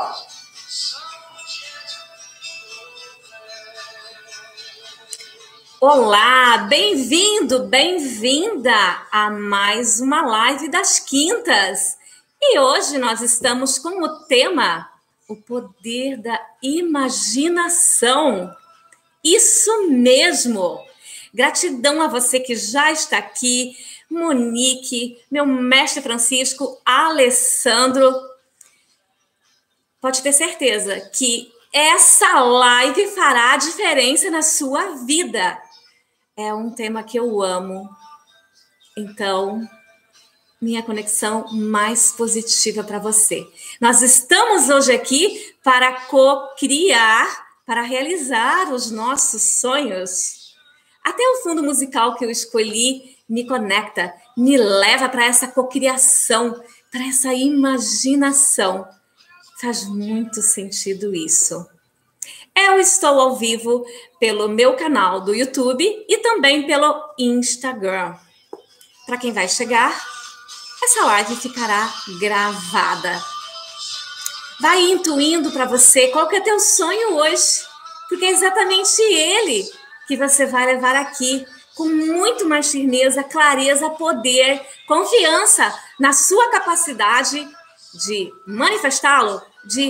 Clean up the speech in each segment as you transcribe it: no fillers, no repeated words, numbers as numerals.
Olá, bem-vindo, bem-vinda a mais uma live das quintas. E hoje nós estamos com o tema o poder da imaginação. Isso mesmo! Gratidão a você que já está aqui, Monique, meu mestre Francisco, Alessandro. Pode ter certeza que essa live fará a diferença na sua vida. É um tema que eu amo. Então, minha conexão mais positiva para você. Nós estamos hoje aqui para co-criar, para realizar os nossos sonhos. Até o fundo musical que eu escolhi me conecta, me leva para essa cocriação, para essa imaginação. Faz muito sentido isso. Eu estou ao vivo pelo meu canal do YouTube e também pelo Instagram. Para quem vai chegar, essa live ficará gravada. Vai intuindo para você qual que é teu sonho hoje, porque é exatamente ele que você vai levar aqui com muito mais firmeza, clareza, poder, confiança na sua capacidade de manifestá-lo, de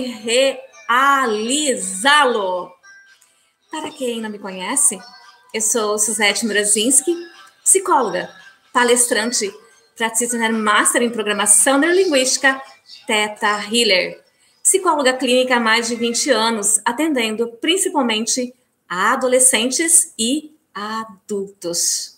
realizá-lo. Para quem não me conhece, eu sou Suzete Murazinski, psicóloga, palestrante, practitioner master em programação neurolinguística, Theta Healer, psicóloga clínica há mais de 20 anos, atendendo principalmente a adolescentes e adultos.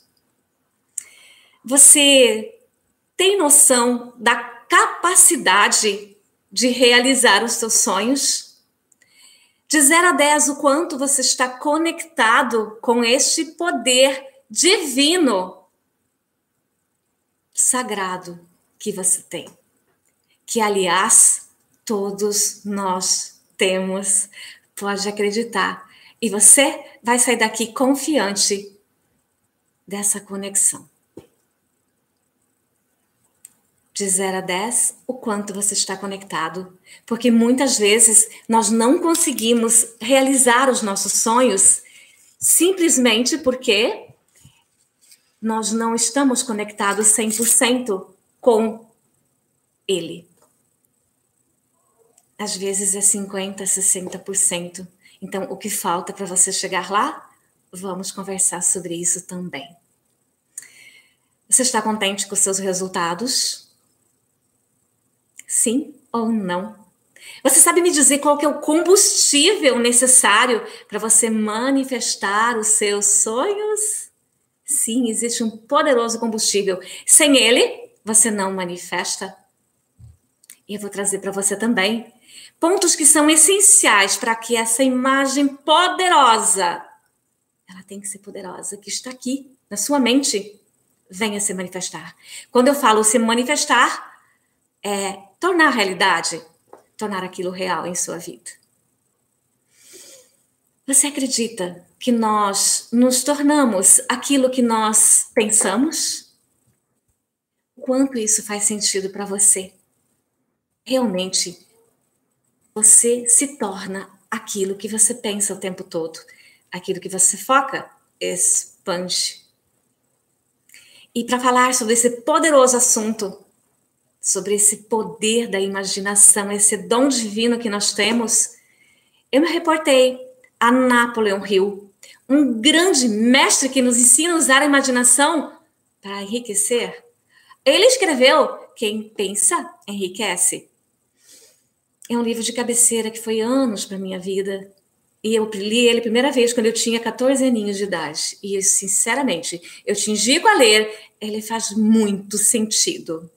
Você tem noção da capacidade de realizar os seus sonhos? De 0 a 10, o quanto você está conectado com este poder divino, sagrado que você tem. Que, aliás, todos nós temos. Pode acreditar. E você vai sair daqui confiante dessa conexão. De 0 a 10, o quanto você está conectado. Porque muitas vezes nós não conseguimos realizar os nossos sonhos simplesmente porque nós não estamos conectados 100% com ele. Às vezes é 50%, 60%. Então, o que falta para você chegar lá? Vamos conversar sobre isso também. Você está contente com os seus resultados? Sim ou não? Você sabe me dizer qual que é o combustível necessário para você manifestar os seus sonhos? Sim, existe um poderoso combustível. Sem ele, você não manifesta. E eu vou trazer para você também pontos que são essenciais para que essa imagem poderosa, ela tem que ser poderosa, que está aqui na sua mente, venha se manifestar. Quando eu falo se manifestar, é tornar realidade, tornar aquilo real em sua vida. Você acredita que nós nos tornamos aquilo que nós pensamos? Quanto isso faz sentido para você? Realmente, você se torna aquilo que você pensa o tempo todo. Aquilo que você foca, expande. E para falar sobre esse poderoso assunto, sobre esse poder da imaginação, esse dom divino que nós temos, eu me reportei a Napoleon Hill, um grande mestre que nos ensina a usar a imaginação para enriquecer. Ele escreveu Quem Pensa, Enriquece. É um livro de cabeceira que foi anos para minha vida. E eu li ele a primeira vez quando eu tinha 14 aninhos de idade. E, sinceramente, eu te indico a ler. Ele faz muito sentido.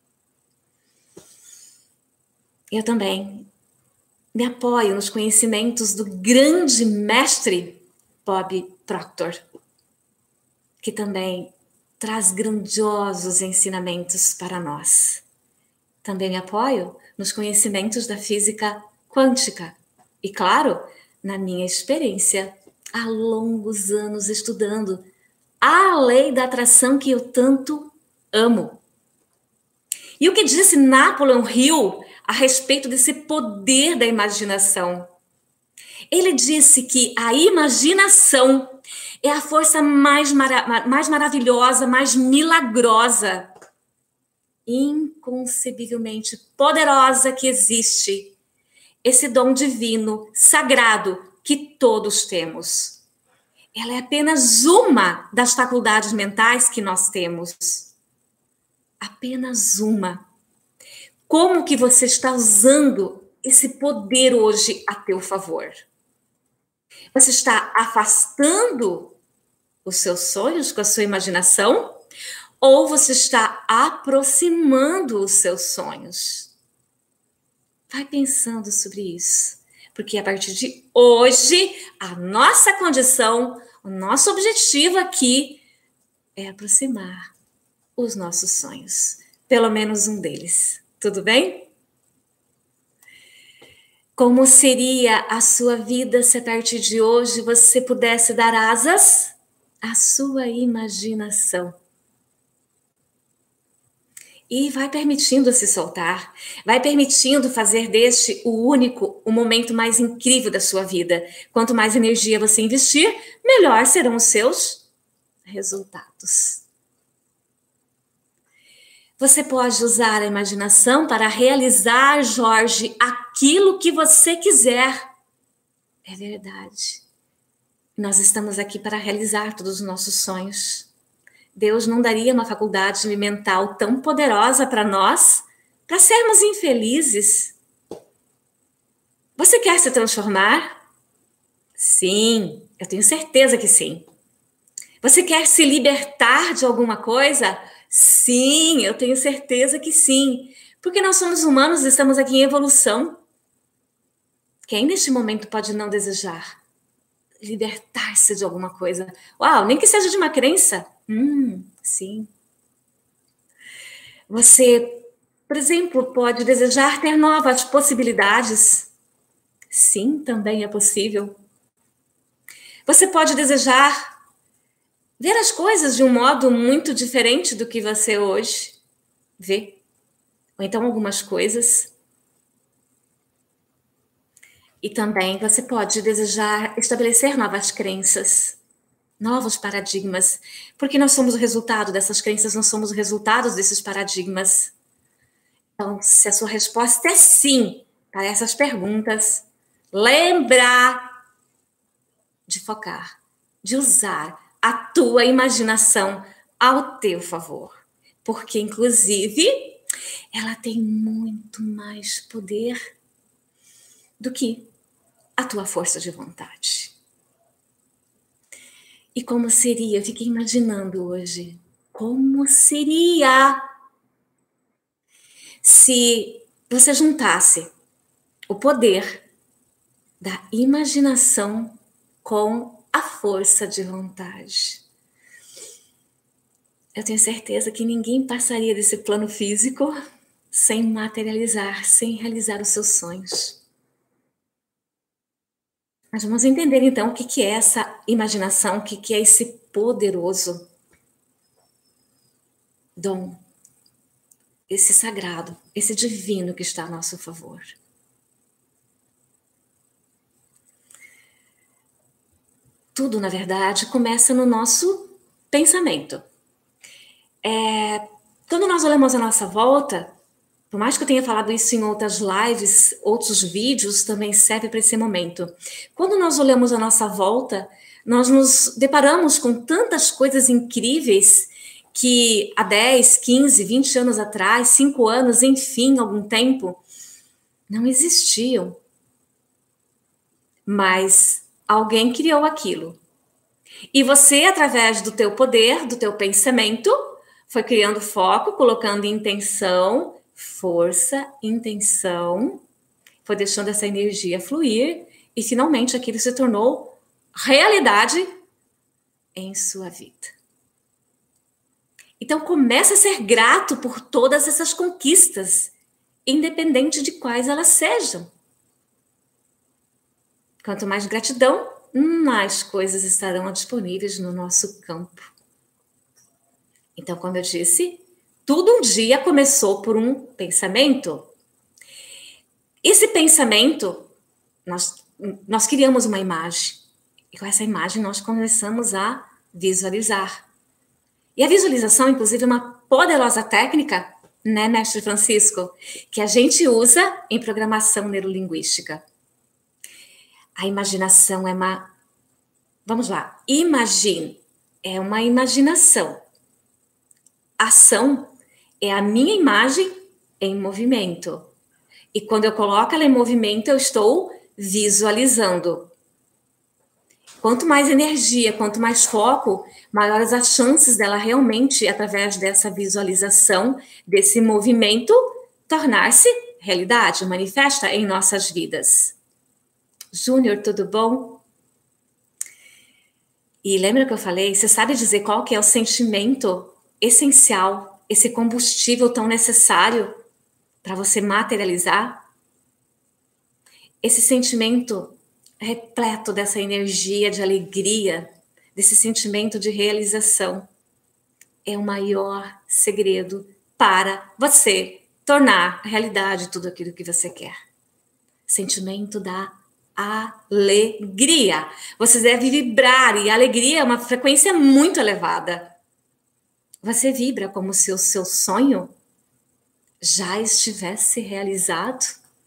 Eu também me apoio nos conhecimentos do grande mestre Bob Proctor, que também traz grandiosos ensinamentos para nós. Também me apoio nos conhecimentos da física quântica e, claro, na minha experiência há longos anos estudando a lei da atração que eu tanto amo. E o que disse Napoleon Hill a respeito desse poder da imaginação. Ele disse que a imaginação é a força mais maravilhosa, mais milagrosa, inconcebivelmente poderosa que existe. Esse dom divino, sagrado, que todos temos. Ela é apenas uma das faculdades mentais que nós temos. Apenas uma. Como que você está usando esse poder hoje a teu favor? Você está afastando os seus sonhos com a sua imaginação? Ou você está aproximando os seus sonhos? Vai pensando sobre isso. Porque a partir de hoje, a nossa condição, o nosso objetivo aqui é aproximar os nossos sonhos. Pelo menos um deles. Tudo bem? Como seria a sua vida se a partir de hoje você pudesse dar asas à sua imaginação? E vai permitindo se soltar, vai permitindo fazer deste o momento mais incrível da sua vida. Quanto mais energia você investir, melhor serão os seus resultados. Você pode usar a imaginação para realizar, Jorge, aquilo que você quiser. É verdade. Nós estamos aqui para realizar todos os nossos sonhos. Deus não daria uma faculdade mental tão poderosa para nós, para sermos infelizes. Você quer se transformar? Sim, eu tenho certeza que sim. Você quer se libertar de alguma coisa? Sim, eu tenho certeza que sim. Porque nós somos humanos e estamos aqui em evolução. Quem neste momento pode não desejar libertar-se de alguma coisa? Uau, nem que seja de uma crença. Sim. Você, por exemplo, pode desejar ter novas possibilidades. Sim, também é possível. Você pode desejar ver as coisas de um modo muito diferente do que você hoje vê. Ou então algumas coisas. E também você pode desejar estabelecer novas crenças, novos paradigmas, porque nós somos o resultado dessas crenças, nós somos o resultado desses paradigmas. Então, se a sua resposta é sim para essas perguntas, lembrar de focar, de usar a tua imaginação ao teu favor, porque, inclusive, ela tem muito mais poder do que a tua força de vontade. E como seria? Eu fiquei imaginando hoje. Como seria se você juntasse o poder da imaginação com a força de vontade? Eu tenho certeza que ninguém passaria desse plano físico sem materializar, sem realizar os seus sonhos. Mas vamos entender então o que é essa imaginação, o que é esse poderoso dom, esse sagrado, esse divino que está a nosso favor. Tudo, na verdade, começa no nosso pensamento. Quando nós olhamos a nossa volta, por mais que eu tenha falado isso em outras lives, outros vídeos também serve para esse momento. Quando nós olhamos a nossa volta, nós nos deparamos com tantas coisas incríveis que há 10, 15, 20 anos atrás, 5 anos, enfim, algum tempo, não existiam. Mas alguém criou aquilo. E você, através do teu poder, do teu pensamento, foi criando foco, colocando intenção, força, intenção, foi deixando essa energia fluir e finalmente aquilo se tornou realidade em sua vida. Então começa a ser grato por todas essas conquistas, independente de quais elas sejam. Quanto mais gratidão, mais coisas estarão disponíveis no nosso campo. Então, como eu disse, tudo um dia começou por um pensamento. Esse pensamento, nós criamos uma imagem. E com essa imagem nós começamos a visualizar. E a visualização, inclusive, é uma poderosa técnica, né, Mestre Francisco, que a gente usa em programação neurolinguística. A imaginação é uma... Vamos lá. Imagine é uma imaginação. Ação é a minha imagem em movimento. E quando eu coloco ela em movimento, eu estou visualizando. Quanto mais energia, quanto mais foco, maiores as chances dela realmente, através dessa visualização, desse movimento, tornar-se realidade, manifesta em nossas vidas. Júnior, tudo bom? E lembra que eu falei? Você sabe dizer qual que é o sentimento essencial, esse combustível tão necessário para você materializar? Esse sentimento repleto dessa energia de alegria, desse sentimento de realização, é o maior segredo para você tornar realidade tudo aquilo que você quer. Sentimento da alegria. Você deve vibrar, e a alegria é uma frequência muito elevada. Você vibra como se o seu sonho já estivesse realizado.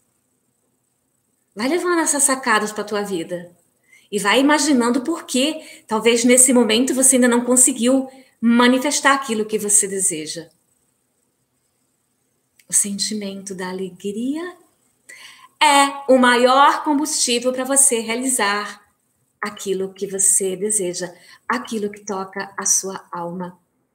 Vai levando essas sacadas para a tua vida. E vai imaginando por que, talvez nesse momento, você ainda não conseguiu manifestar aquilo que você deseja. O sentimento da alegria é o maior combustível para você realizar aquilo que você deseja, aquilo que toca a sua alma.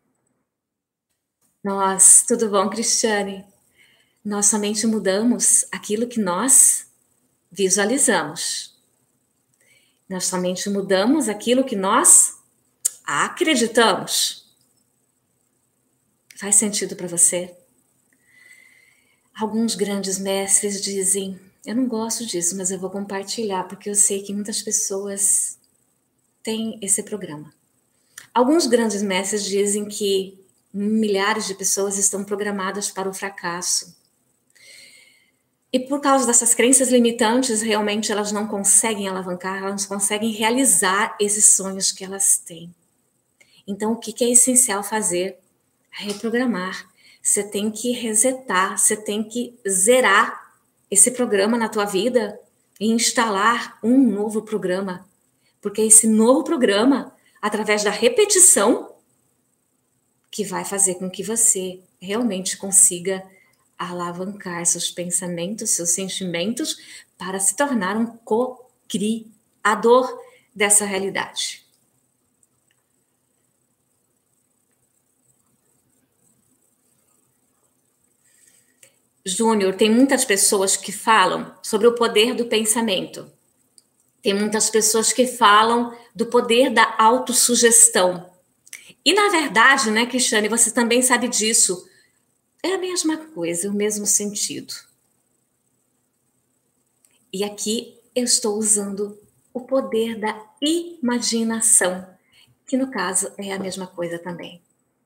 Nós, tudo bom, Cristiane? Nós somente mudamos aquilo que nós visualizamos. Nós somente mudamos aquilo que nós acreditamos. Faz sentido para você? Alguns grandes mestres dizem, eu não gosto disso, mas eu vou compartilhar, porque eu sei que muitas pessoas têm esse programa. Alguns grandes mestres dizem que milhares de pessoas estão programadas para o fracasso. E por causa dessas crenças limitantes, realmente elas não conseguem alavancar, elas não conseguem realizar esses sonhos que elas têm. Então, o que é essencial fazer? Reprogramar. Você tem que resetar, você tem que zerar esse programa na tua vida e instalar um novo programa. Porque é esse novo programa, através da repetição, que vai fazer com que você realmente consiga alavancar seus pensamentos, seus sentimentos, para se tornar um co-criador dessa realidade. Júnior, tem muitas pessoas que falam sobre o poder do pensamento. Tem muitas pessoas que falam do poder da autossugestão. E, na verdade, né, Cristiane, você também sabe disso. É a mesma coisa, o mesmo sentido. E aqui eu estou usando o poder da imaginação, que no caso é a mesma coisa também.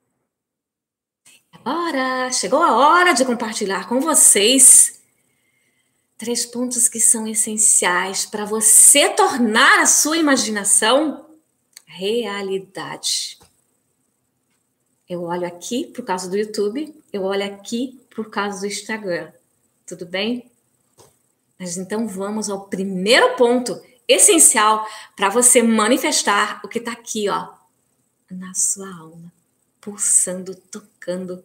Agora, chegou a hora de compartilhar com vocês 3 pontos que são essenciais para você tornar a sua imaginação realidade. Eu olho aqui por causa do YouTube, eu olho aqui por causa do Instagram. Tudo bem? Mas então vamos ao primeiro ponto essencial para você manifestar o que está aqui, ó, na sua alma, pulsando, tocando.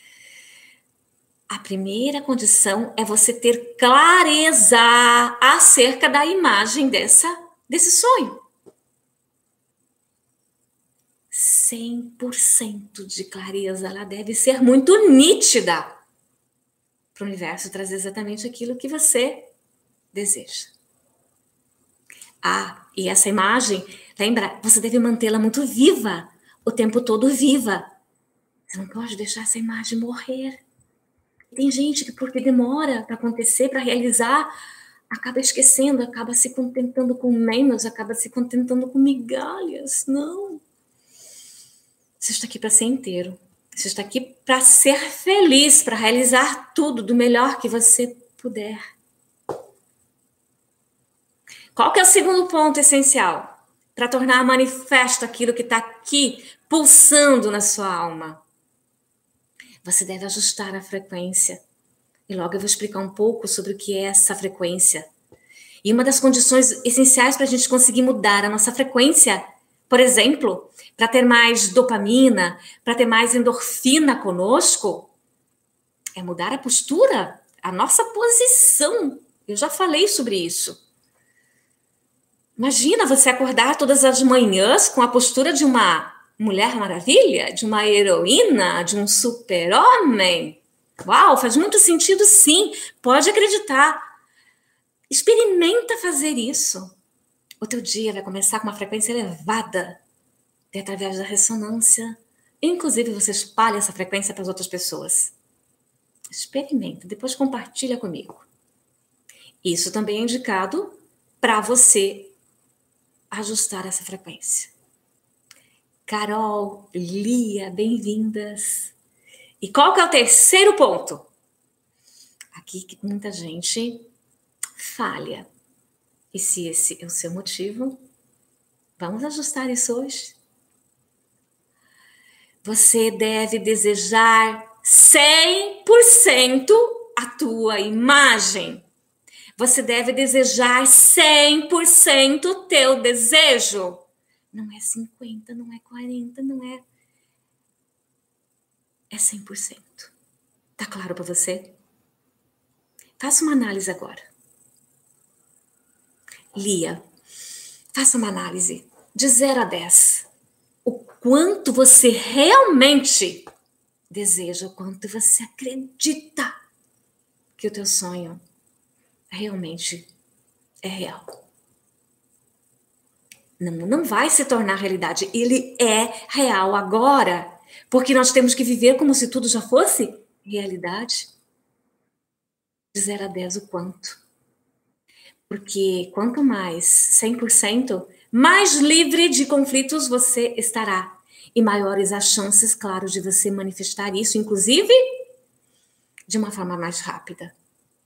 A primeira condição é você ter clareza acerca da imagem desse sonho. 100% de clareza, ela deve ser muito nítida para o universo trazer exatamente aquilo que você deseja. Ah, e essa imagem, lembra, você deve mantê-la muito viva, o tempo todo viva. Você não pode deixar essa imagem morrer. Tem gente que, porque demora para acontecer, para realizar, acaba esquecendo, acaba se contentando com menos, acaba se contentando com migalhas. Não. Você está aqui para ser inteiro. Você está aqui para ser feliz, para realizar tudo do melhor que você puder. Qual que é o segundo ponto essencial para tornar manifesto aquilo que está aqui pulsando na sua alma? Você deve ajustar a frequência. E logo eu vou explicar um pouco sobre o que é essa frequência. E uma das condições essenciais para a gente conseguir mudar a nossa frequência, por exemplo, para ter mais dopamina, para ter mais endorfina conosco, é mudar a postura, a nossa posição. Eu já falei sobre isso. Imagina você acordar todas as manhãs com a postura de uma Mulher Maravilha, de uma heroína, de um super-homem. Uau, faz muito sentido sim, pode acreditar. Experimenta fazer isso. O teu dia vai começar com uma frequência elevada e através da ressonância. Inclusive, você espalha essa frequência para as outras pessoas. Experimenta, depois compartilha comigo. Isso também é indicado para você ajustar essa frequência. Carol, Lia, bem-vindas. E qual que é o terceiro ponto? Aqui que muita gente falha. E se esse é o seu motivo, vamos ajustar isso hoje. Você deve desejar 100% a tua imagem. Você deve desejar 100% o teu desejo. Não é 50, não é 40, não é... É 100%. Tá claro para você? Faça uma análise agora. Lia, faça uma análise de 0 a 10. O quanto você realmente deseja, o quanto você acredita que o teu sonho realmente é real. Não vai se tornar realidade. Ele é real agora. Porque nós temos que viver como se tudo já fosse realidade. De 0 a 10, o quanto? Porque quanto mais 100%, mais livre de conflitos você estará. E maiores as chances, claro, de você manifestar isso, inclusive, de uma forma mais rápida.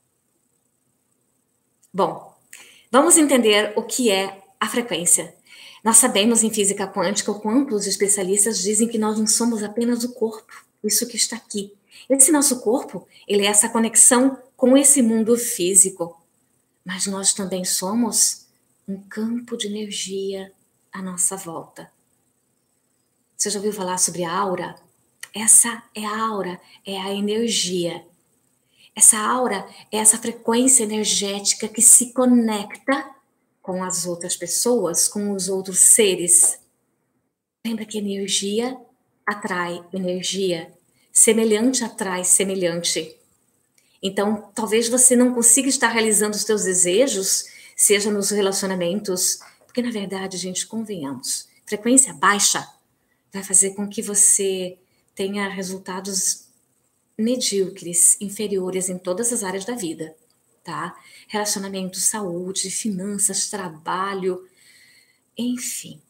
Bom, vamos entender o que é a frequência. Nós sabemos em física quântica o quanto os especialistas dizem que nós não somos apenas o corpo, isso que está aqui. Esse nosso corpo, ele é essa conexão com esse mundo físico. Mas nós também somos um campo de energia à nossa volta. Você já ouviu falar sobre a aura? Essa é a aura, é a energia. Essa aura é essa frequência energética que se conecta com as outras pessoas, com os outros seres. Lembra que energia atrai energia, semelhante atrai semelhante. Então, talvez você não consiga estar realizando os seus desejos, seja nos relacionamentos, porque na verdade, gente, convenhamos, frequência baixa vai fazer com que você tenha resultados medíocres, inferiores em todas as áreas da vida, tá? Relacionamento, saúde, finanças, trabalho, enfim.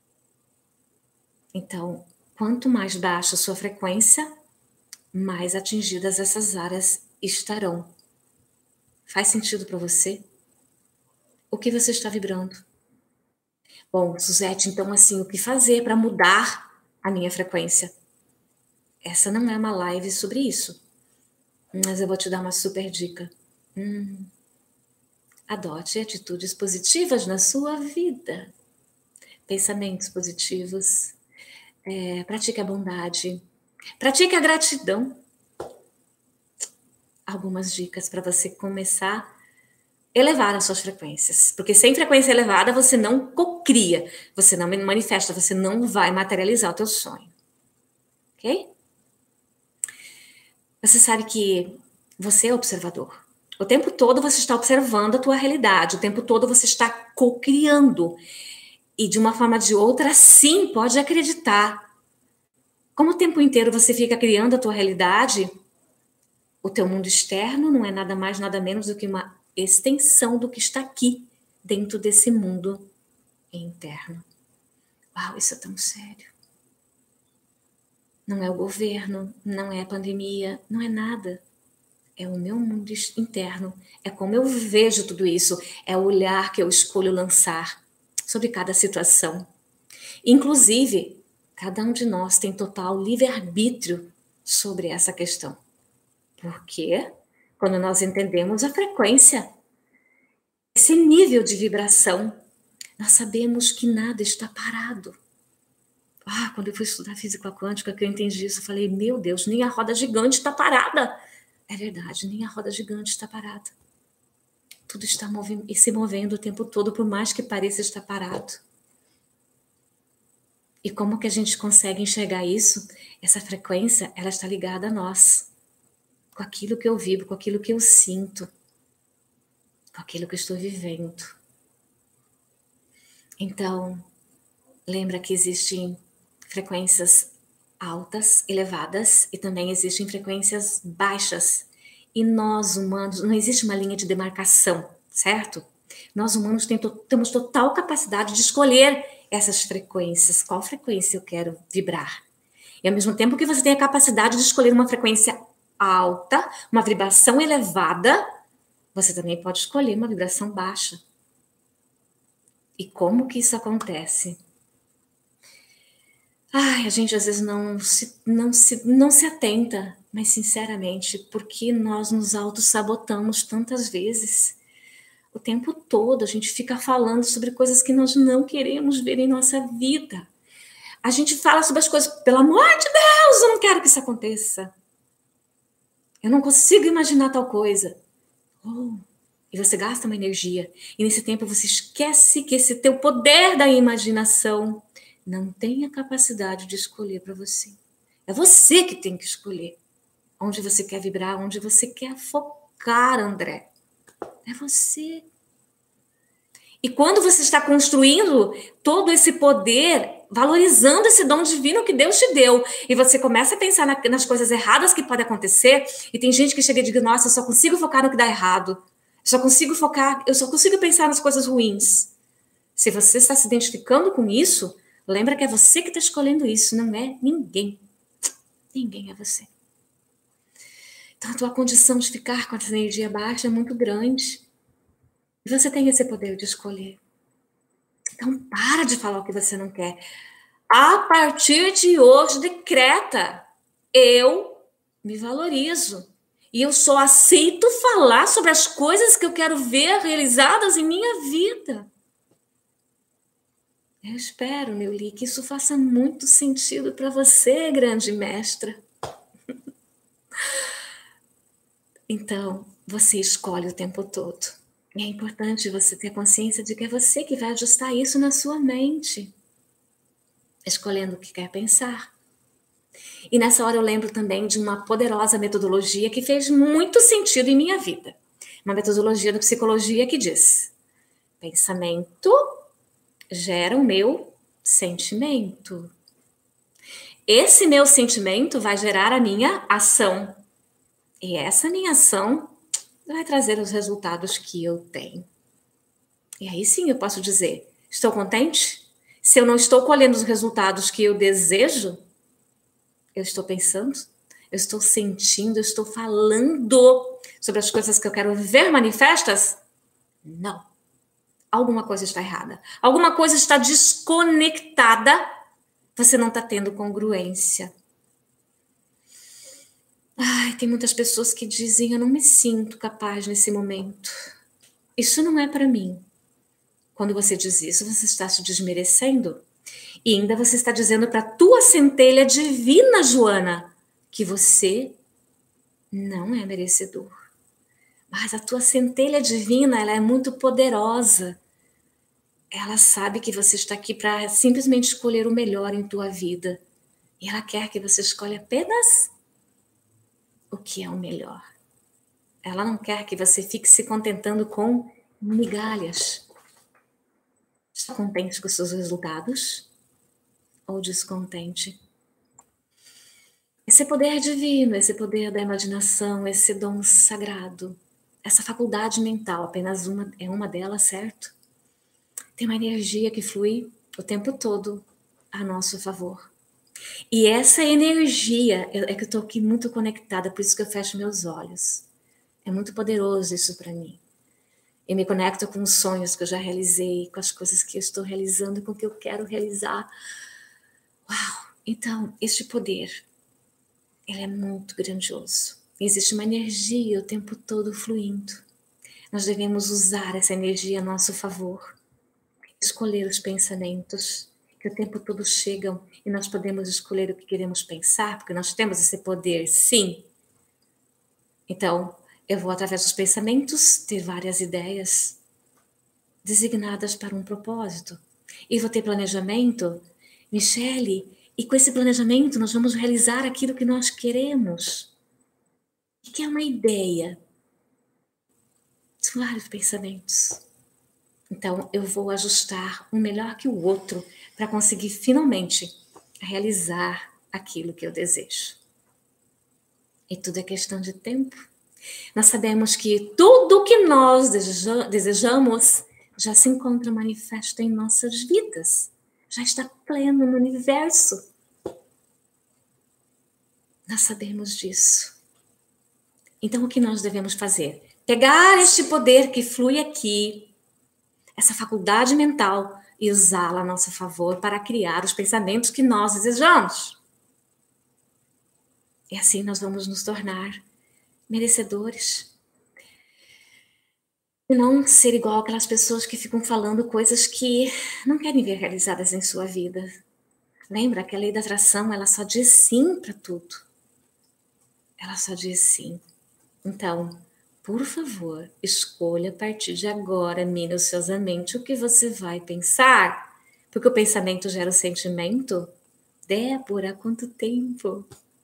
Então, quanto mais baixa a sua frequência, mais atingidas essas áreas estarão. Faz sentido para você? O que você está vibrando? Bom, Suzete, então assim, o que fazer para mudar a minha frequência? Essa não é uma live sobre isso, mas eu vou te dar uma super dica. Adote atitudes positivas na sua vida. Pensamentos positivos. Pratique a bondade. Pratique a gratidão. Algumas dicas para você começar a elevar as suas frequências. Porque sem frequência elevada, você não cocria, você não manifesta, você não vai materializar o teu sonho. Ok? Você sabe que você é observador. O tempo todo você está observando a tua realidade, o tempo todo você está cocriando. E de uma forma ou de outra, sim, pode acreditar. Como o tempo inteiro você fica criando a tua realidade, o teu mundo externo não é nada mais, nada menos do que uma extensão do que está aqui, dentro desse mundo interno. Uau, isso é tão sério. Não é o governo, não é a pandemia, não é nada. É o meu mundo interno, é como eu vejo tudo isso, é o olhar que eu escolho lançar sobre cada situação. Inclusive, cada um de nós tem total livre-arbítrio sobre essa questão. Por quê? Quando nós entendemos a frequência, esse nível de vibração, nós sabemos que nada está parado. Quando eu fui estudar física quântica, que eu entendi isso, eu falei, meu Deus, nem a roda gigante está parada. É verdade, nem a roda gigante está parada. Tudo está se movendo o tempo todo, por mais que pareça estar parado. E como que a gente consegue enxergar isso? Essa frequência, ela está ligada a nós. Com aquilo que eu vibro, com aquilo que eu sinto. Com aquilo que eu estou vivendo. Então, lembra que existem frequências altas, elevadas, e também existem frequências baixas. E nós, humanos, não existe uma linha de demarcação, certo? Nós, humanos, temos total capacidade de escolher essas frequências. Qual frequência eu quero vibrar? E ao mesmo tempo que você tem a capacidade de escolher uma frequência alta, uma vibração elevada, você também pode escolher uma vibração baixa. E como que isso acontece? A gente às vezes não se atenta, mas sinceramente, porque nós nos auto-sabotamos tantas vezes? O tempo todo a gente fica falando sobre coisas que nós não queremos ver em nossa vida. A gente fala sobre as coisas, pelo amor de Deus, eu não quero que isso aconteça. Eu não consigo imaginar tal coisa. E você gasta uma energia. E nesse tempo você esquece que esse teu poder da imaginação não tem a capacidade de escolher para você. É você que tem que escolher onde você quer vibrar, onde você quer focar, André. É você. E quando você está construindo todo esse poder, valorizando esse dom divino que Deus te deu, e você começa a pensar nas coisas erradas que podem acontecer, e tem gente que chega e diz, nossa, eu só consigo focar no que dá errado. Eu só consigo pensar nas coisas ruins. Se você está se identificando com isso, lembra que é você que está escolhendo isso, não é ninguém. Ninguém é você. Então, a tua condição de ficar com essa energia baixa é muito grande. E você tem esse poder de escolher. Então, para de falar o que você não quer. A partir de hoje, decreta. Eu me valorizo. E eu só aceito falar sobre as coisas que eu quero ver realizadas em minha vida. Eu espero, Neuli, que isso faça muito sentido para você, grande mestra. Então, você escolhe o tempo todo. E é importante você ter consciência de que é você que vai ajustar isso na sua mente. Escolhendo o que quer pensar. E nessa hora eu lembro também de uma poderosa metodologia que fez muito sentido em minha vida. Uma metodologia da psicologia que diz: pensamento gera o meu sentimento. Esse meu sentimento vai gerar a minha ação. E essa minha ação vai trazer os resultados que eu tenho. E aí sim eu posso dizer, estou contente? Se eu não estou colhendo os resultados que eu desejo, eu estou pensando, eu estou sentindo, eu estou falando sobre as coisas que eu quero ver manifestas? Não. Alguma coisa está errada. Alguma coisa está desconectada. Você não está tendo congruência. Tem muitas pessoas que dizem, eu não me sinto capaz nesse momento. Isso não é para mim. Quando você diz isso, você está se desmerecendo. E ainda você está dizendo para a tua centelha divina, Joana, que você não é merecedor. Mas a tua centelha divina, ela é muito poderosa. Ela sabe que você está aqui para simplesmente escolher o melhor em tua vida. E ela quer que você escolha apenas o que é o melhor. Ela não quer que você fique se contentando com migalhas. Está contente com os seus resultados? Ou descontente? Esse poder divino, esse poder da imaginação, esse dom sagrado, essa faculdade mental, apenas uma delas, certo? Tem uma energia que flui o tempo todo a nosso favor. E essa energia, é que eu estou aqui muito conectada, por isso que eu fecho meus olhos. É muito poderoso isso para mim. Eu me conecto com os sonhos que eu já realizei, com as coisas que eu estou realizando, com o que eu quero realizar. Uau! Então, este poder, ele é muito grandioso. Existe uma energia o tempo todo fluindo. Nós devemos usar essa energia a nosso favor. Escolher os pensamentos que o tempo todo chegam e nós podemos escolher o que queremos pensar, porque nós temos esse poder, sim. Então, eu vou, através dos pensamentos, ter várias ideias designadas para um propósito. E vou ter planejamento, Michele, e com esse planejamento nós vamos realizar aquilo que nós queremos. O que é uma ideia? São vários pensamentos. Então, eu vou ajustar um melhor que o outro para conseguir finalmente realizar aquilo que eu desejo. E tudo é questão de tempo. Nós sabemos que tudo que nós desejamos já se encontra manifesto em nossas vidas. Já está pleno no universo. Nós sabemos disso. Então, o que nós devemos fazer? Pegar este poder que flui aqui, essa faculdade mental, e usá-la a nosso favor para criar os pensamentos que nós desejamos. E assim nós vamos nos tornar merecedores. E não ser igual aquelas pessoas que ficam falando coisas que não querem ver realizadas em sua vida. Lembra que a lei da atração, ela só diz sim para tudo. Ela só diz sim. Então, por favor, escolha a partir de agora, minuciosamente, o que você vai pensar. Porque o pensamento gera o sentimento. Débora, há quanto tempo?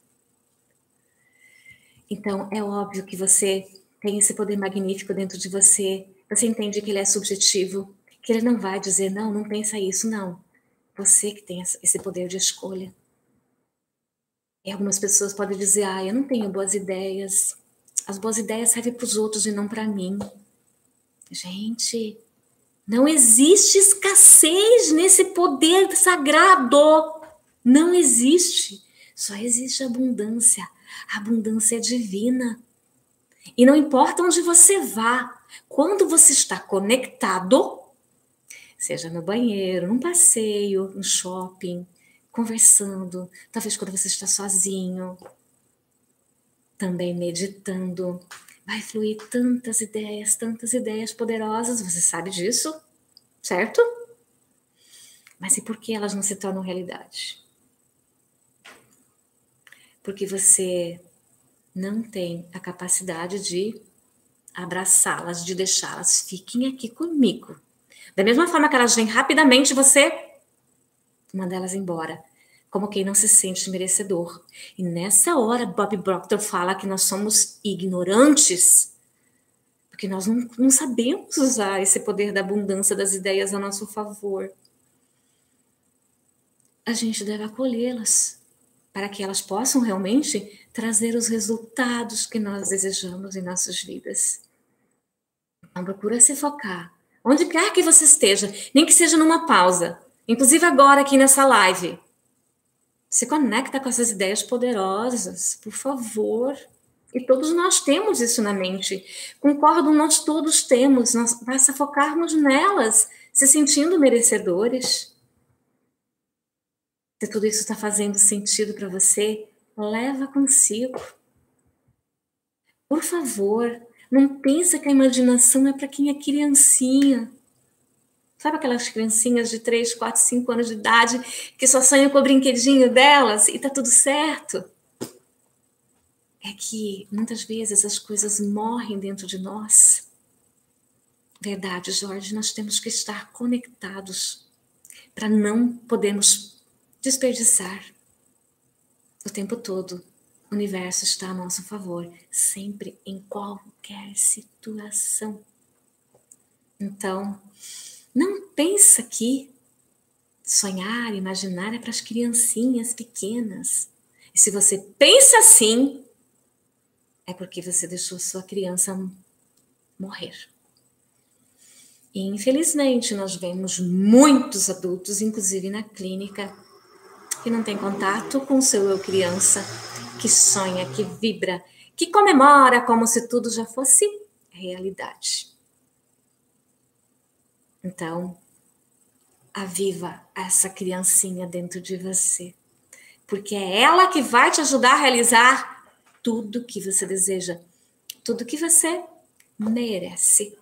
Então, é óbvio que você tem esse poder magnífico dentro de você. Você entende que ele é subjetivo, que ele não vai dizer, não, não pensa isso, não. Você que tem esse poder de escolha. E algumas pessoas podem dizer, eu não tenho boas ideias. As boas ideias servem para os outros e não para mim. Gente, não existe escassez nesse poder sagrado. Não existe. Só existe abundância. A abundância é divina. E não importa onde você vá, quando você está conectado, seja no banheiro, num passeio, no shopping, conversando, talvez quando você está sozinho, também meditando, vai fluir tantas ideias poderosas, você sabe disso, certo? Mas e por que elas não se tornam realidade? Porque você não tem a capacidade de abraçá-las, de deixá-las. Fiquem aqui comigo. Da mesma forma que elas vêm rapidamente, você manda elas embora. Como quem não se sente merecedor. E nessa hora, Bob Proctor fala que nós somos ignorantes. Porque nós não sabemos usar esse poder da abundância das ideias a nosso favor. A gente deve acolhê-las para que elas possam realmente trazer os resultados que nós desejamos em nossas vidas. Então, procura se focar. Onde quer que você esteja, nem que seja numa pausa. Inclusive agora aqui nessa live. Se conecta com essas ideias poderosas, por favor. E todos nós temos isso na mente. Concordo, nós todos temos. Basta focarmos nelas, se sentindo merecedores. Se tudo isso está fazendo sentido para você, leva consigo. Por favor, não pensa que a imaginação é para quem é criancinha. Sabe aquelas criancinhas de 3, 4, 5 anos de idade que só sonham com o brinquedinho delas e tá tudo certo? É que muitas vezes as coisas morrem dentro de nós. Verdade, Jorge, nós temos que estar conectados para não podermos desperdiçar. O tempo todo, o universo está a nosso favor, sempre, em qualquer situação. Então, não pensa que sonhar, imaginar é para as criancinhas pequenas. E se você pensa assim, é porque você deixou sua criança morrer. E, infelizmente, nós vemos muitos adultos, inclusive na clínica, que não tem contato com o seu eu criança, que sonha, que vibra, que comemora como se tudo já fosse realidade. Então, aviva essa criancinha dentro de você, porque é ela que vai te ajudar a realizar tudo que você deseja, tudo que você merece.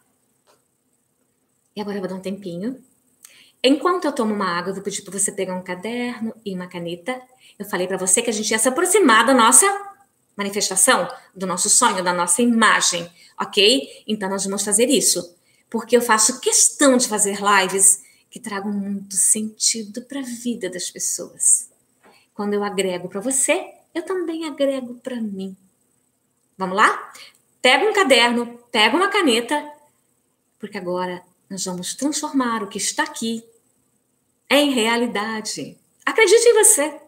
E agora eu vou dar um tempinho. Enquanto eu tomo uma água, eu vou pedir para você pegar um caderno e uma caneta. Eu falei para você que a gente ia se aproximar da nossa manifestação, do nosso sonho, da nossa imagem, ok? Então nós vamos fazer isso, porque eu faço questão de fazer lives que tragam muito sentido para a vida das pessoas. Quando eu agrego para você, eu também agrego para mim. Vamos lá? Pega um caderno, pega uma caneta, porque agora nós vamos transformar o que está aqui em realidade. Acredite em você.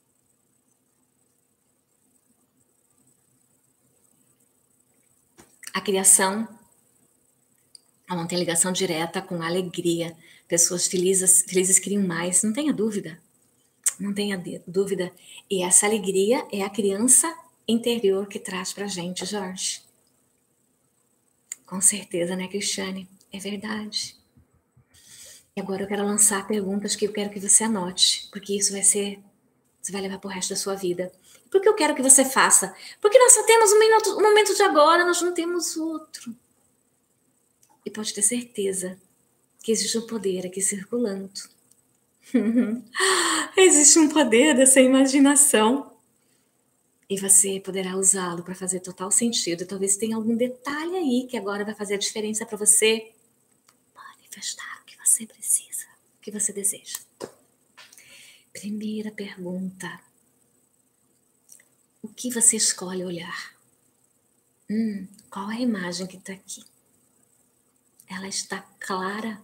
A criação não tem ligação direta com a alegria. Pessoas felizes criam mais, não tenha dúvida. Não tenha dúvida. E essa alegria é a criança interior que traz pra gente, Jorge. Com certeza, né, Cristiane? É verdade. E agora eu quero lançar perguntas que eu quero que você anote, porque isso você vai levar pro resto da sua vida. Porque eu quero que você faça. Porque nós só temos um momento de agora, nós não temos outro. E pode ter certeza que existe um poder aqui circulando. Existe um poder dessa imaginação. E você poderá usá-lo para fazer total sentido. Talvez tenha algum detalhe aí que agora vai fazer a diferença para você manifestar o que você precisa, o que você deseja. Primeira pergunta. O que você escolhe olhar? Qual é a imagem que está aqui? Ela está clara?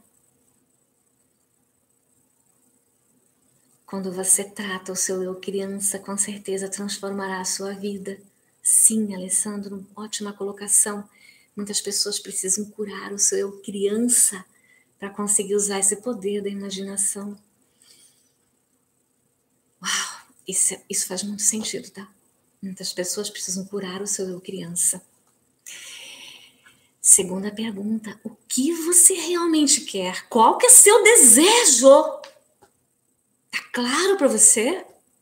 Quando você trata o seu eu criança, com certeza transformará a sua vida. Sim, Alessandro, ótima colocação. Muitas pessoas precisam curar o seu eu criança para conseguir usar esse poder da imaginação. Uau, isso faz muito sentido, tá? Muitas pessoas precisam curar o seu eu criança. Segunda pergunta, o que você realmente quer? Qual que é seu desejo? Tá claro para você?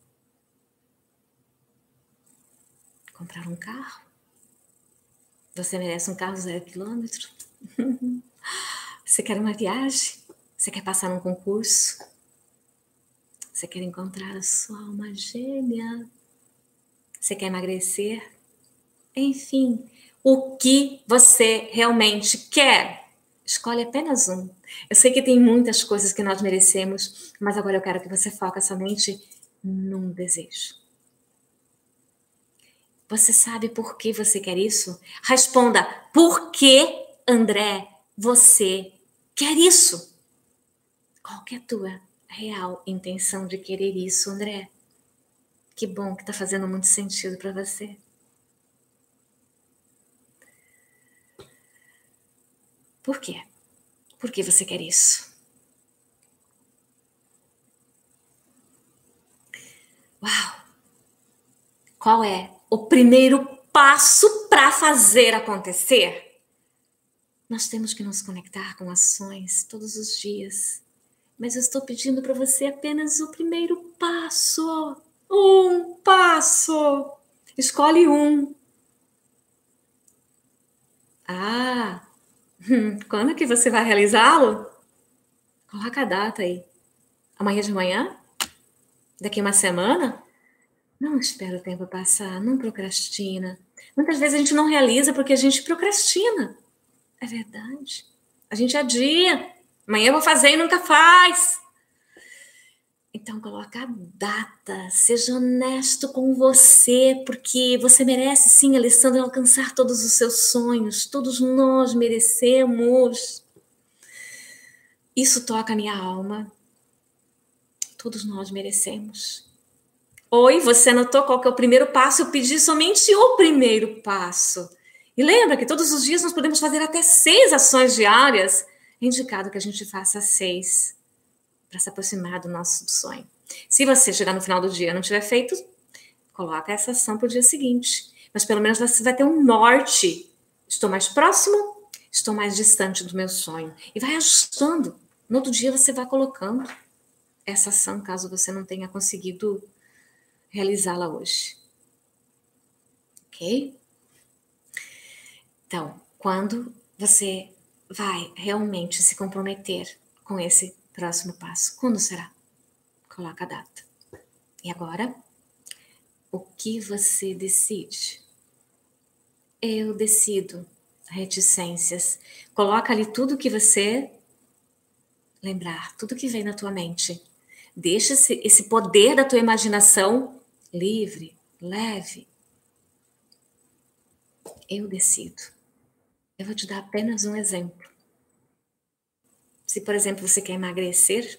Comprar um carro? Você merece um carro 0 quilômetro? Você quer uma viagem? Você quer passar num concurso? Você quer encontrar a sua alma gêmea? Você quer emagrecer? Enfim, o que você realmente quer? Escolhe apenas um. Eu sei que tem muitas coisas que nós merecemos, mas agora eu quero que você foque somente num desejo. Você sabe por que você quer isso? Responda, por que, André, você quer isso? Qual que é a tua real intenção de querer isso, André? Que bom que está fazendo muito sentido para você. Por quê? Por que você quer isso? Uau! Qual é o primeiro passo para fazer acontecer? Nós temos que nos conectar com ações todos os dias. Mas eu estou pedindo para você apenas o primeiro passo. Um passo. Escolhe um. Quando que você vai realizá-lo? Coloca a data aí. Amanhã de manhã? Daqui uma semana? Não espera o tempo passar, não procrastina. Muitas vezes a gente não realiza porque a gente procrastina. É verdade. A gente adia. Amanhã eu vou fazer e nunca faz. Então coloca a data, seja honesto com você, porque você merece sim, Alessandra, alcançar todos os seus sonhos. Todos nós merecemos. Isso toca a minha alma. Todos nós merecemos. Oi, você notou qual que é o primeiro passo? Eu pedi somente o primeiro passo. E lembra que todos os dias nós podemos fazer até 6 ações diárias. É indicado que a gente faça 6 para se aproximar do nosso sonho. Se você chegar no final do dia e não tiver feito, coloca essa ação para o dia seguinte. mas pelo menos você vai ter um norte. Estou mais próximo, estou mais distante do meu sonho. E vai ajustando. No outro dia você vai colocando essa ação, caso você não tenha conseguido realizá-la hoje. Ok? Então, quando você vai realmente se comprometer com esse próximo passo? Quando será? Coloca a data. E agora, o que você decide? Eu decido. Reticências. Coloca ali tudo que você lembrar, tudo que vem na tua mente. Deixa esse poder da tua imaginação livre, leve. Eu decido. Eu vou te dar apenas um exemplo. Se, por exemplo, você quer emagrecer,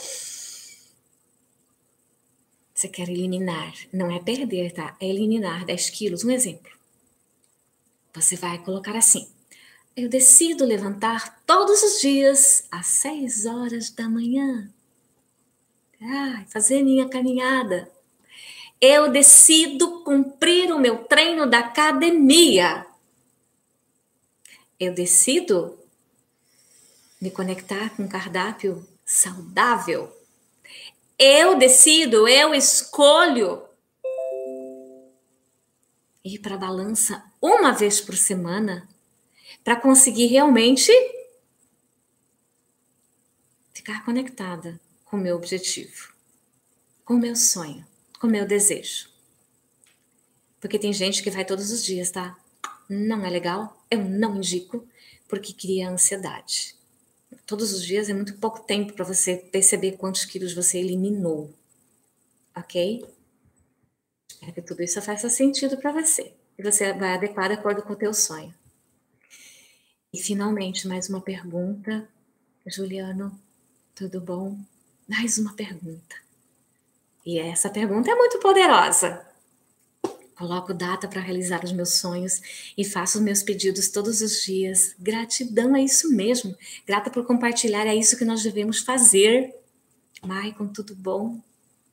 você quer eliminar, não é perder, tá? É eliminar 10 quilos. Um exemplo. Você vai colocar assim: eu decido levantar todos os dias às 6 horas da manhã. Fazer minha caminhada. Eu decido cumprir o meu treino da academia. Eu decido me conectar com um cardápio saudável. Eu decido, eu escolho ir para a balança uma vez por semana para conseguir realmente ficar conectada com o meu objetivo, com o meu sonho, com o meu desejo. Porque tem gente que vai todos os dias, tá? Não é legal, eu não indico, porque cria ansiedade. Todos os dias é muito pouco tempo para você perceber quantos quilos você eliminou, ok? Espero que tudo isso faça sentido para você. E você vai adequar de acordo com o teu sonho. E finalmente, mais uma pergunta. Juliano, tudo bom? Mais uma pergunta. E essa pergunta é muito poderosa. Coloco data para realizar os meus sonhos e faço os meus pedidos todos os dias. Gratidão, é isso mesmo. Grata por compartilhar, é isso que nós devemos fazer. Maicon, tudo bom?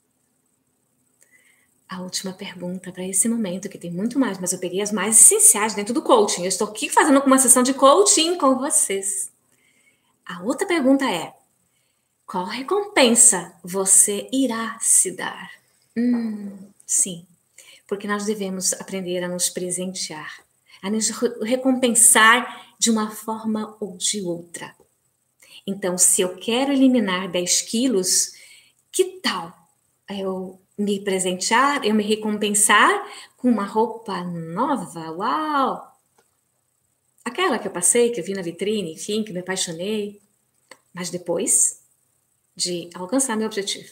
A última pergunta para esse momento, que tem muito mais, mas eu peguei as mais essenciais dentro do coaching. Eu estou aqui fazendo uma sessão de coaching com vocês. A outra pergunta é: qual recompensa você irá se dar? Sim, porque nós devemos aprender a nos presentear, a nos recompensar de uma forma ou de outra. Então, se eu quero eliminar 10 quilos, que tal eu me presentear, eu me recompensar com uma roupa nova? Uau! Aquela que eu passei, que eu vi na vitrine, enfim, que me apaixonei. Mas depois de alcançar meu objetivo.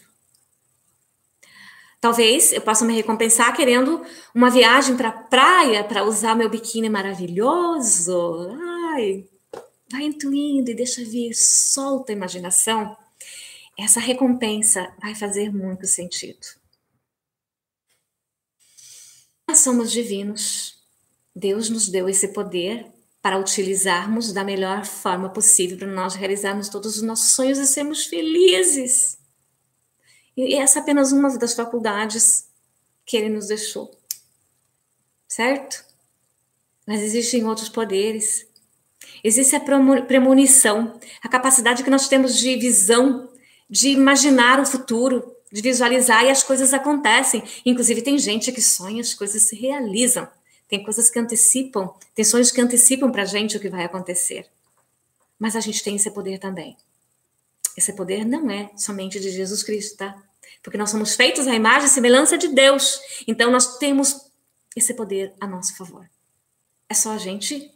Talvez eu possa me recompensar querendo uma viagem para a praia para usar meu biquíni maravilhoso. Ai, vai intuindo e deixa vir, solta a imaginação. Essa recompensa vai fazer muito sentido. Nós somos divinos. Deus nos deu esse poder para utilizarmos da melhor forma possível para nós realizarmos todos os nossos sonhos e sermos felizes. E essa é apenas uma das faculdades que ele nos deixou. Certo? Mas existem outros poderes. Existe a premonição, a capacidade que nós temos de visão, de imaginar o futuro, de visualizar e as coisas acontecem. Inclusive tem gente que sonha, as coisas se realizam. Tem coisas que antecipam, tem sonhos que antecipam para a gente o que vai acontecer. Mas a gente tem esse poder também. Esse poder não é somente de Jesus Cristo, tá? Porque nós somos feitos à imagem e semelhança de Deus. Então nós temos esse poder a nosso favor. É só a gente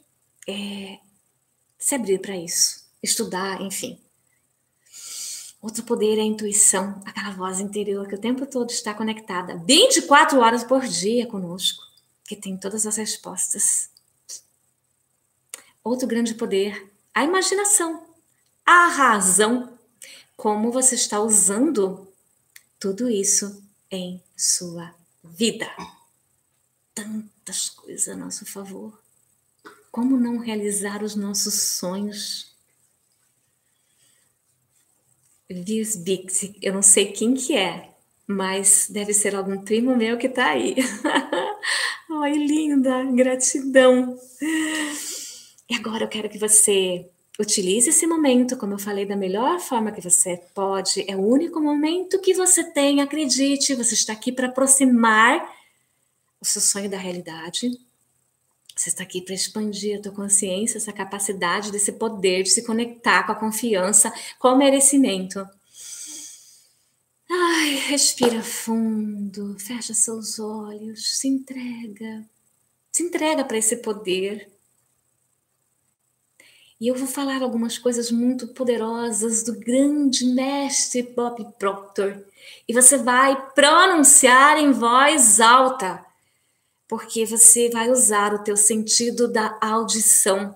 se abrir para isso, estudar, enfim. Outro poder é a intuição, aquela voz interior que o tempo todo está conectada, 24 horas por dia conosco, que tem todas as respostas. Outro grande poder, a imaginação, a razão, como você está usando tudo isso em sua vida. Tantas coisas a nosso favor. Como não realizar os nossos sonhos? Liz Bix, eu não sei quem que é, mas deve ser algum primo meu que tá aí. Ai, linda, gratidão. E agora eu quero que você utilize esse momento, como eu falei, da melhor forma que você pode. É o único momento que você tem, acredite. Você está aqui para aproximar o seu sonho da realidade. Você está aqui para expandir a tua consciência, essa capacidade desse poder de se conectar com a confiança, com o merecimento. Ai, respira fundo, fecha seus olhos, se entrega. Se entrega para esse poder. E eu vou falar algumas coisas muito poderosas do grande mestre Bob Proctor. E você vai pronunciar em voz alta, porque você vai usar o teu sentido da audição.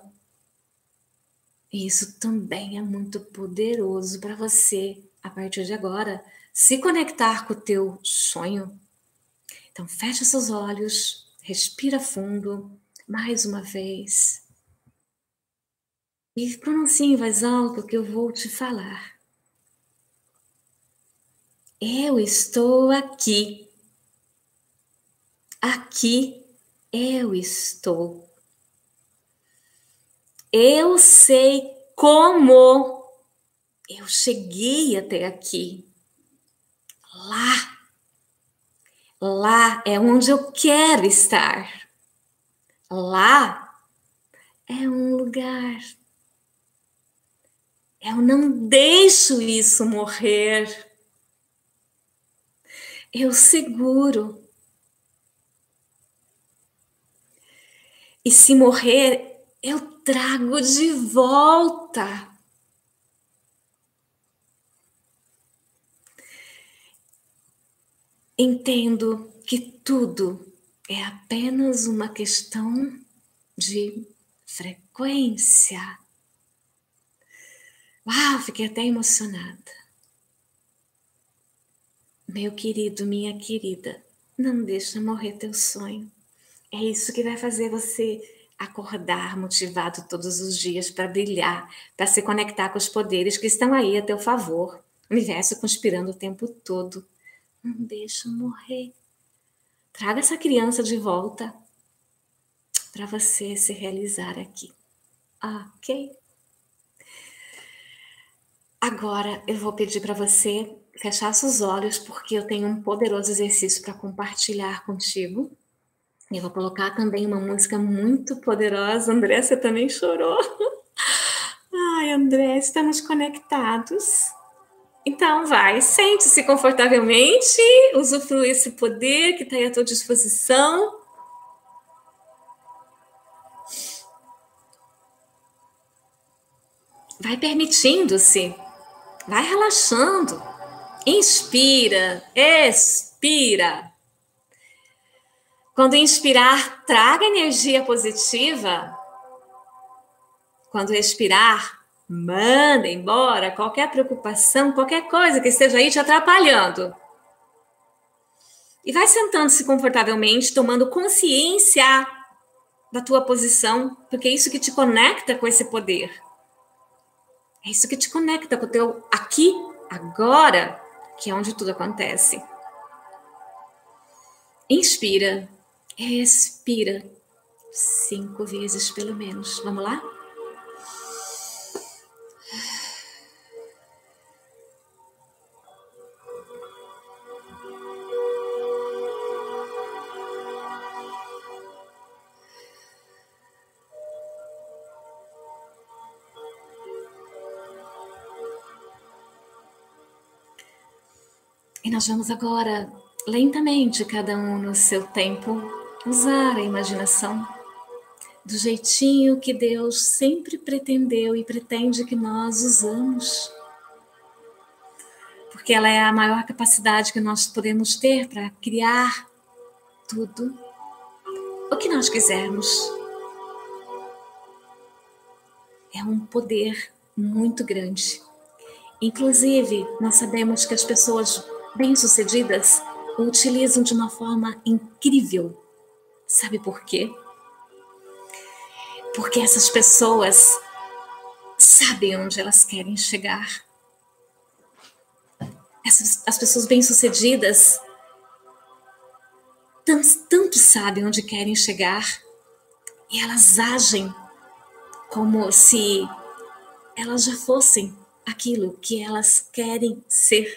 E isso também é muito poderoso para você, a partir de agora, se conectar com o teu sonho. Então, fecha seus olhos, respira fundo, mais uma vez. E pronuncie em voz alta o que eu vou te falar. Eu estou aqui. Aqui eu estou. Eu sei como eu cheguei até aqui. Lá é onde eu quero estar. Lá é um lugar. Eu não deixo isso morrer. Eu seguro. E se morrer, eu trago de volta. Entendo que tudo é apenas uma questão de frequência. Uau, fiquei até emocionada. Meu querido, minha querida, não deixa morrer teu sonho. É isso que vai fazer você acordar motivado todos os dias para brilhar, para se conectar com os poderes que estão aí a teu favor. O universo conspirando o tempo todo. Não deixa morrer. Traga essa criança de volta para você se realizar aqui. Ok? Agora eu vou pedir para você fechar seus olhos, porque eu tenho um poderoso exercício para compartilhar contigo. Eu vou colocar também uma música muito poderosa. André, você também chorou? Ai, André, estamos conectados. Então vai, sente-se confortavelmente, usufrui esse poder que está aí à tua disposição. Vai permitindo-se, vai relaxando. Inspira, expira. Quando inspirar, traga energia positiva. Quando expirar, manda embora qualquer preocupação, qualquer coisa que esteja aí te atrapalhando. E vai sentando-se confortavelmente, tomando consciência da tua posição, porque é isso que te conecta com esse poder. É isso que te conecta com o teu aqui, agora, que é onde tudo acontece. Inspira, expira 5 vezes pelo menos. Vamos lá? E nós vamos agora, lentamente, cada um no seu tempo, usar a imaginação do jeitinho que Deus sempre pretendeu e pretende que nós usamos. Porque ela é a maior capacidade que nós podemos ter para criar tudo o que nós quisermos. É um poder muito grande. Inclusive, nós sabemos que as pessoas bem-sucedidas o utilizam de uma forma incrível. Sabe por quê? Porque essas pessoas sabem onde elas querem chegar. As pessoas bem-sucedidas, tanto sabem onde querem chegar e elas agem como se elas já fossem aquilo que elas querem ser.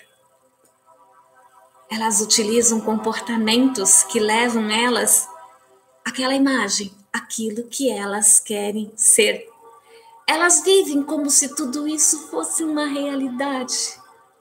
Elas utilizam comportamentos que levam elas àquela imagem, aquilo que elas querem ser. Elas vivem como se tudo isso fosse uma realidade.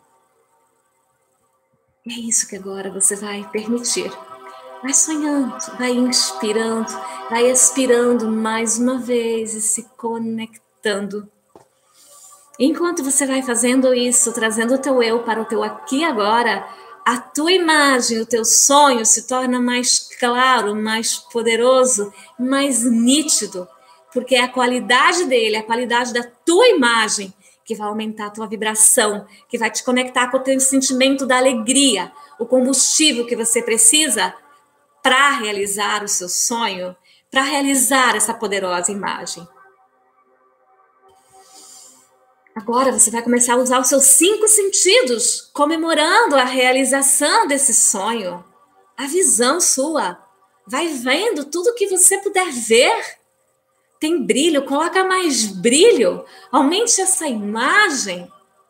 E é isso que agora você vai permitir. Vai sonhando, vai inspirando, vai expirando mais uma vez e se conectando. Enquanto você vai fazendo isso, trazendo o teu eu para o teu aqui e agora, a tua imagem, o teu sonho se torna mais claro, mais poderoso, mais nítido, porque é a qualidade dele, a qualidade da tua imagem que vai aumentar a tua vibração, que vai te conectar com o teu sentimento da alegria, o combustível que você precisa para realizar o seu sonho, para realizar essa poderosa imagem. Agora você vai começar a usar os seus 5 sentidos, comemorando a realização desse sonho. A visão sua. Vai vendo tudo que você puder ver. Tem brilho, coloca mais brilho. Aumente essa imagem.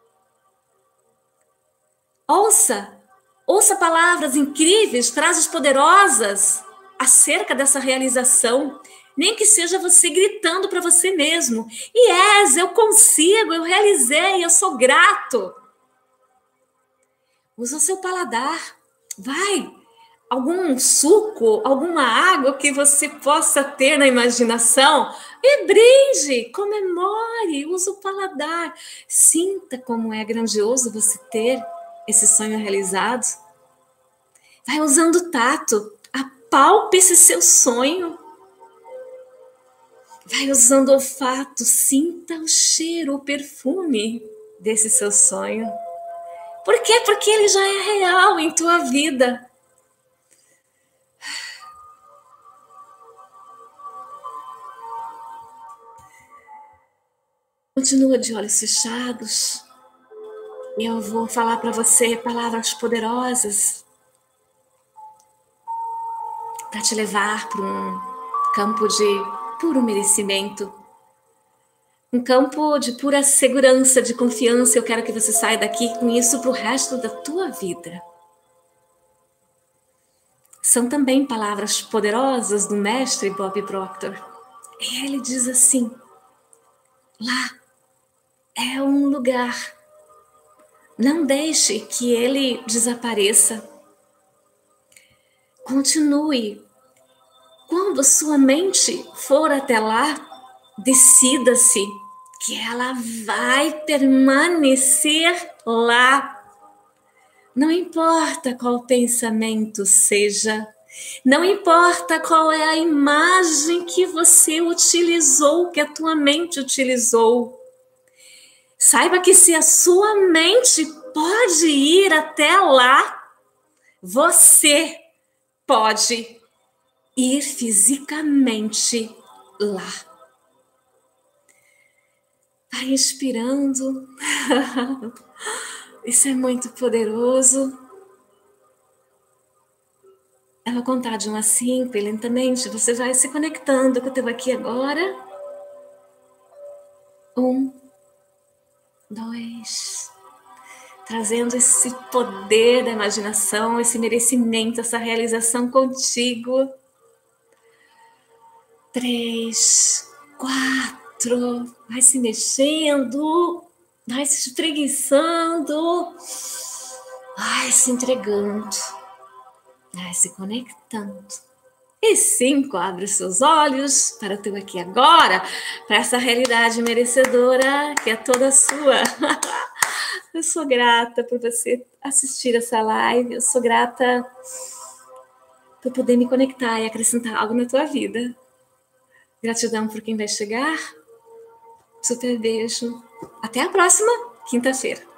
Ouça palavras incríveis, frases poderosas acerca dessa realização. Nem que seja você gritando para você mesmo. Yes, eu consigo, eu realizei, eu sou grato. Usa o seu paladar. Vai. Algum suco, alguma água que você possa ter na imaginação. E brinde, comemore, use o paladar. Sinta como é grandioso você ter esse sonho realizado. Vai usando o tato. Apalpe esse seu sonho. Vai usando o olfato, sinta o cheiro, o perfume desse seu sonho. Por quê? Porque ele já é real em tua vida. Continua de olhos fechados. E eu vou falar para você palavras poderosas para te levar para um campo de puro merecimento. Um campo de pura segurança, de confiança. Eu quero que você saia daqui com isso para o resto da tua vida. São também palavras poderosas do mestre Bob Proctor. Ele diz assim: lá é um lugar. Não deixe que ele desapareça. Continue. Quando sua mente for até lá, decida-se que ela vai permanecer lá. Não importa qual pensamento seja, não importa qual é a imagem que você utilizou, que a tua mente utilizou. Saiba que se a sua mente pode ir até lá, você pode ir fisicamente lá. Vai inspirando. Isso é muito poderoso. Eu vou contar de 1 a 5 e lentamente você vai se conectando com o teu aqui agora. 1, 2, trazendo esse poder da imaginação, esse merecimento, essa realização contigo. 3, 4, vai se mexendo, vai se espreguiçando, vai se entregando, vai se conectando. E 5, abre os seus olhos para o teu aqui agora, para essa realidade merecedora que é toda sua. Eu sou grata por você assistir essa live, eu sou grata por poder me conectar e acrescentar algo na tua vida. Gratidão por quem vai chegar. Super beijo. Até a próxima quinta-feira.